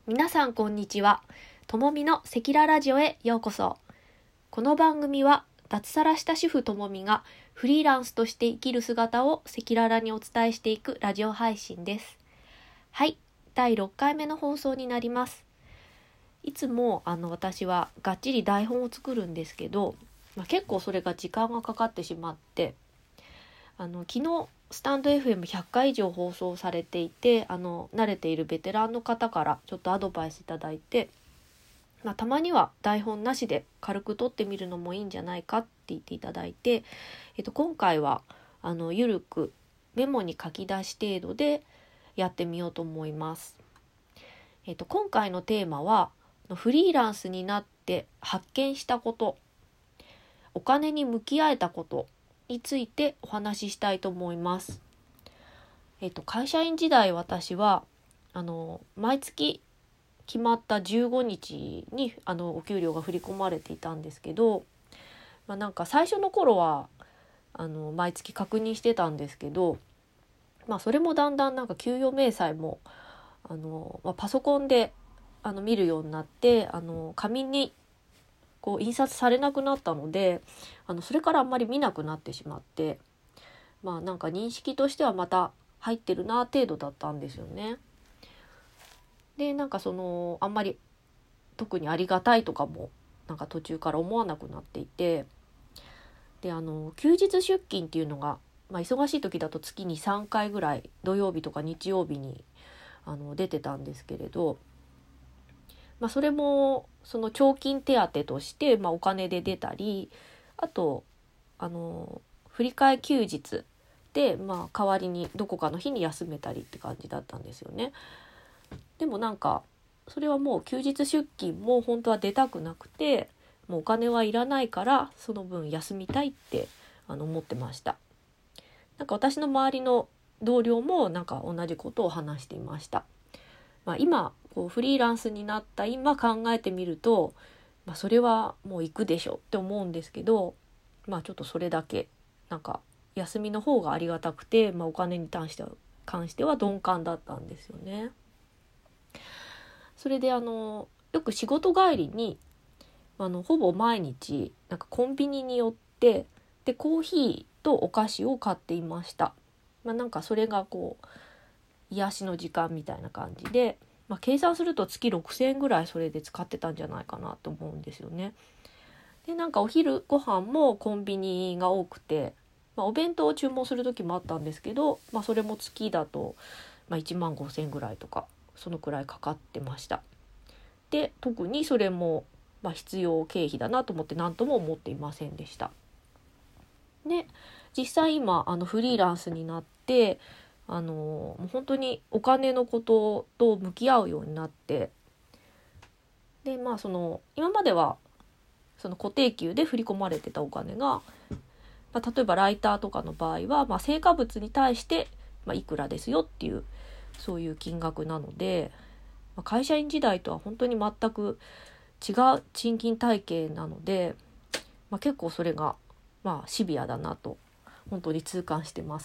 皆さんこんにちは。ともみの赤裸ラジオへようこそ。この番組は脱サラした主婦ともみがフリーランスとして生きる姿を赤裸々にお伝えしていくラジオ配信です。はい、第6回目の放送になります。いつも私はがっちり台本を作るんですけど、結構それが時間がかかってしまって、昨日スタンド FM100 回以上放送されていて、慣れているベテランの方からちょっとアドバイスいただいて、たまには台本なしで軽く撮ってみるのもいいんじゃないかって言っていただいて、今回はゆるくメモに書き出し程度でやってみようと思います。今回のテーマはフリーランスになって発見したこと、お金に向き合えたことについてお話ししたいと思います。会社員時代私は毎月決まった15日にお給料が振り込まれていたんですけど、なんか最初の頃は毎月確認してたんですけど、それもだんだんなんか給与明細もパソコンで見るようになって紙にこう印刷されなくなったのでそれからあんまり見なくなってしまって、なんか認識としてはまた入ってるな程度だったんですよね。でなんかあんまり特にありがたいとかもなんか途中から思わなくなっていて、で休日出勤っていうのが、忙しい時だと月に3回ぐらい土曜日とか日曜日に出てたんですけれど、それもその長勤手当として、お金で出たり、あと振り替え休日で、代わりにどこかの日に休めたりって感じだったんですよね。でもなんかそれはもう休日出勤も本当は出たくなくて、もうお金はいらないからその分休みたいって思ってました。なんか私の周りの同僚もなんか同じことを話していました。今こうフリーランスになった今考えてみると、それはもう行くでしょって思うんですけど、ちょっとそれだけなんか休みの方がありがたくて、お金に関しては鈍感だったんですよね。それでよく仕事帰りにほぼ毎日なんかコンビニに寄ってでコーヒーとお菓子を買っていました。なんかそれがこう癒しの時間みたいな感じで、計算すると月6,000円ぐらいそれで使ってたんじゃないかなと思うんですよね。でなんかお昼ご飯もコンビニが多くて、お弁当を注文する時もあったんですけど、それも月だと、15,000円ぐらいとかそのくらいかかってました。で特にそれも、必要経費だなと思って何とも思っていませんでした。で実際今フリーランスになってもう本当にお金のことと向き合うようになって、で今まではその固定給で振り込まれてたお金が、例えばライターとかの場合は、成果物に対して、いくらですよっていうそういう金額なので、会社員時代とは本当に全く違う賃金体系なので、結構それがシビアだなと本当に痛感してます。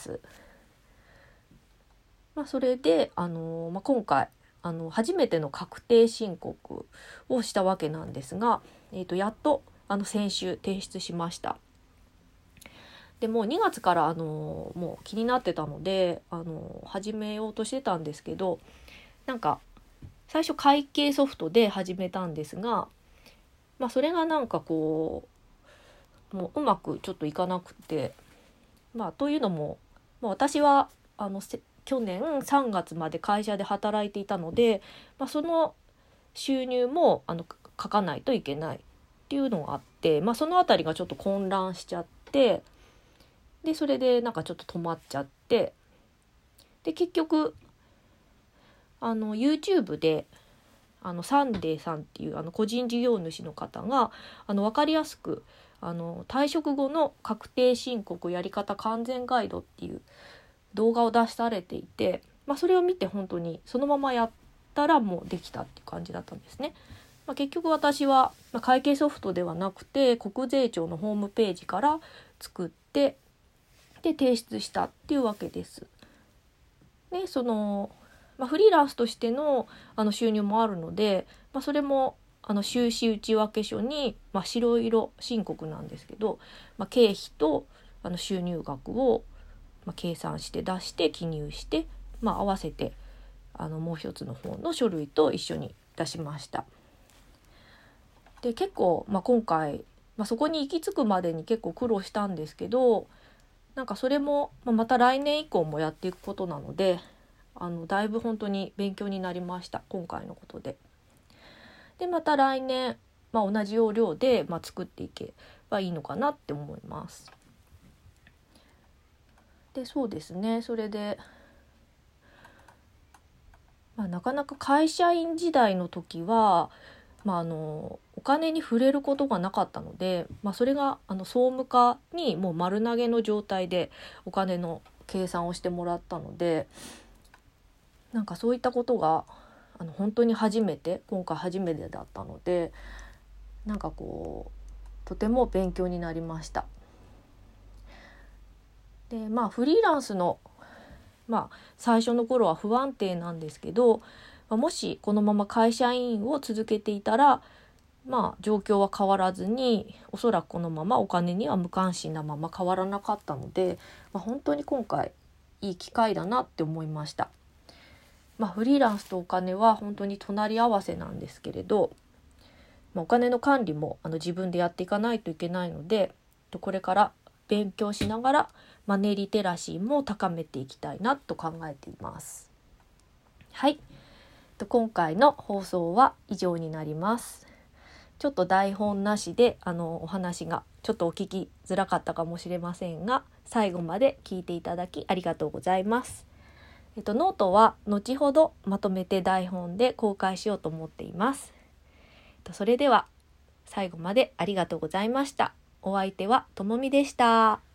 それで今回初めての確定申告をしたわけなんですが、やっと先週提出しました。でもう2月からもう気になってたので始めようとしてたんですけど、なんか最初会計ソフトで始めたんですが、それがなんかこうもううまくちょっといかなくて、というのも、私は去年3月まで会社で働いていたので、その収入も書かないといけないっていうのがあって、そのあたりがちょっと混乱しちゃって、でそれでなんかちょっと止まっちゃって、で結局YouTube でサンデーさんっていう個人事業主の方が分かりやすく退職後の確定申告やり方完全ガイドっていう動画を出されていて、それを見て本当にそのままやったらもうできたっていう感じだったんですね。結局私は会計ソフトではなくて国税庁のホームページから作ってで提出したっていうわけです。でフリーランスとしての収入もあるので、それも収支内訳書に、白色申告なんですけど、経費と収入額を計算して出して記入して、合わせてもう一つの方の書類と一緒に出しました。で結構、今回、そこに行き着くまでに結構苦労したんですけど、それも、また来年以降もやっていくことなので、だいぶ本当に勉強になりました、今回のことで。でまた来年、同じ要領で、作っていけばいいのかなって思います。でそうですね、それで、なかなか会社員時代の時は、お金に触れることがなかったので、それが総務課にもう丸投げの状態でお金の計算をしてもらったので、そういったことが本当に今回初めてだったので、とても勉強になりました。でフリーランスの最初の頃は不安定なんですけど、もしこのまま会社員を続けていたら、状況は変わらずに、おそらくこのままお金には無関心なまま変わらなかったので、本当に今回いい機会だなって思いました。フリーランスとお金は本当に隣り合わせなんですけれど、お金の管理も自分でやっていかないといけないので、これから勉強しながらマネーリテラシーも高めていきたいなと考えています。はい、今回の放送は以上になります。ちょっと台本なしでお話がちょっとお聞きづらかったかもしれませんが、最後まで聞いていただきありがとうございます。ノートは後ほどまとめて台本で公開しようと思っています。それでは最後までありがとうございました。お相手はともみでした。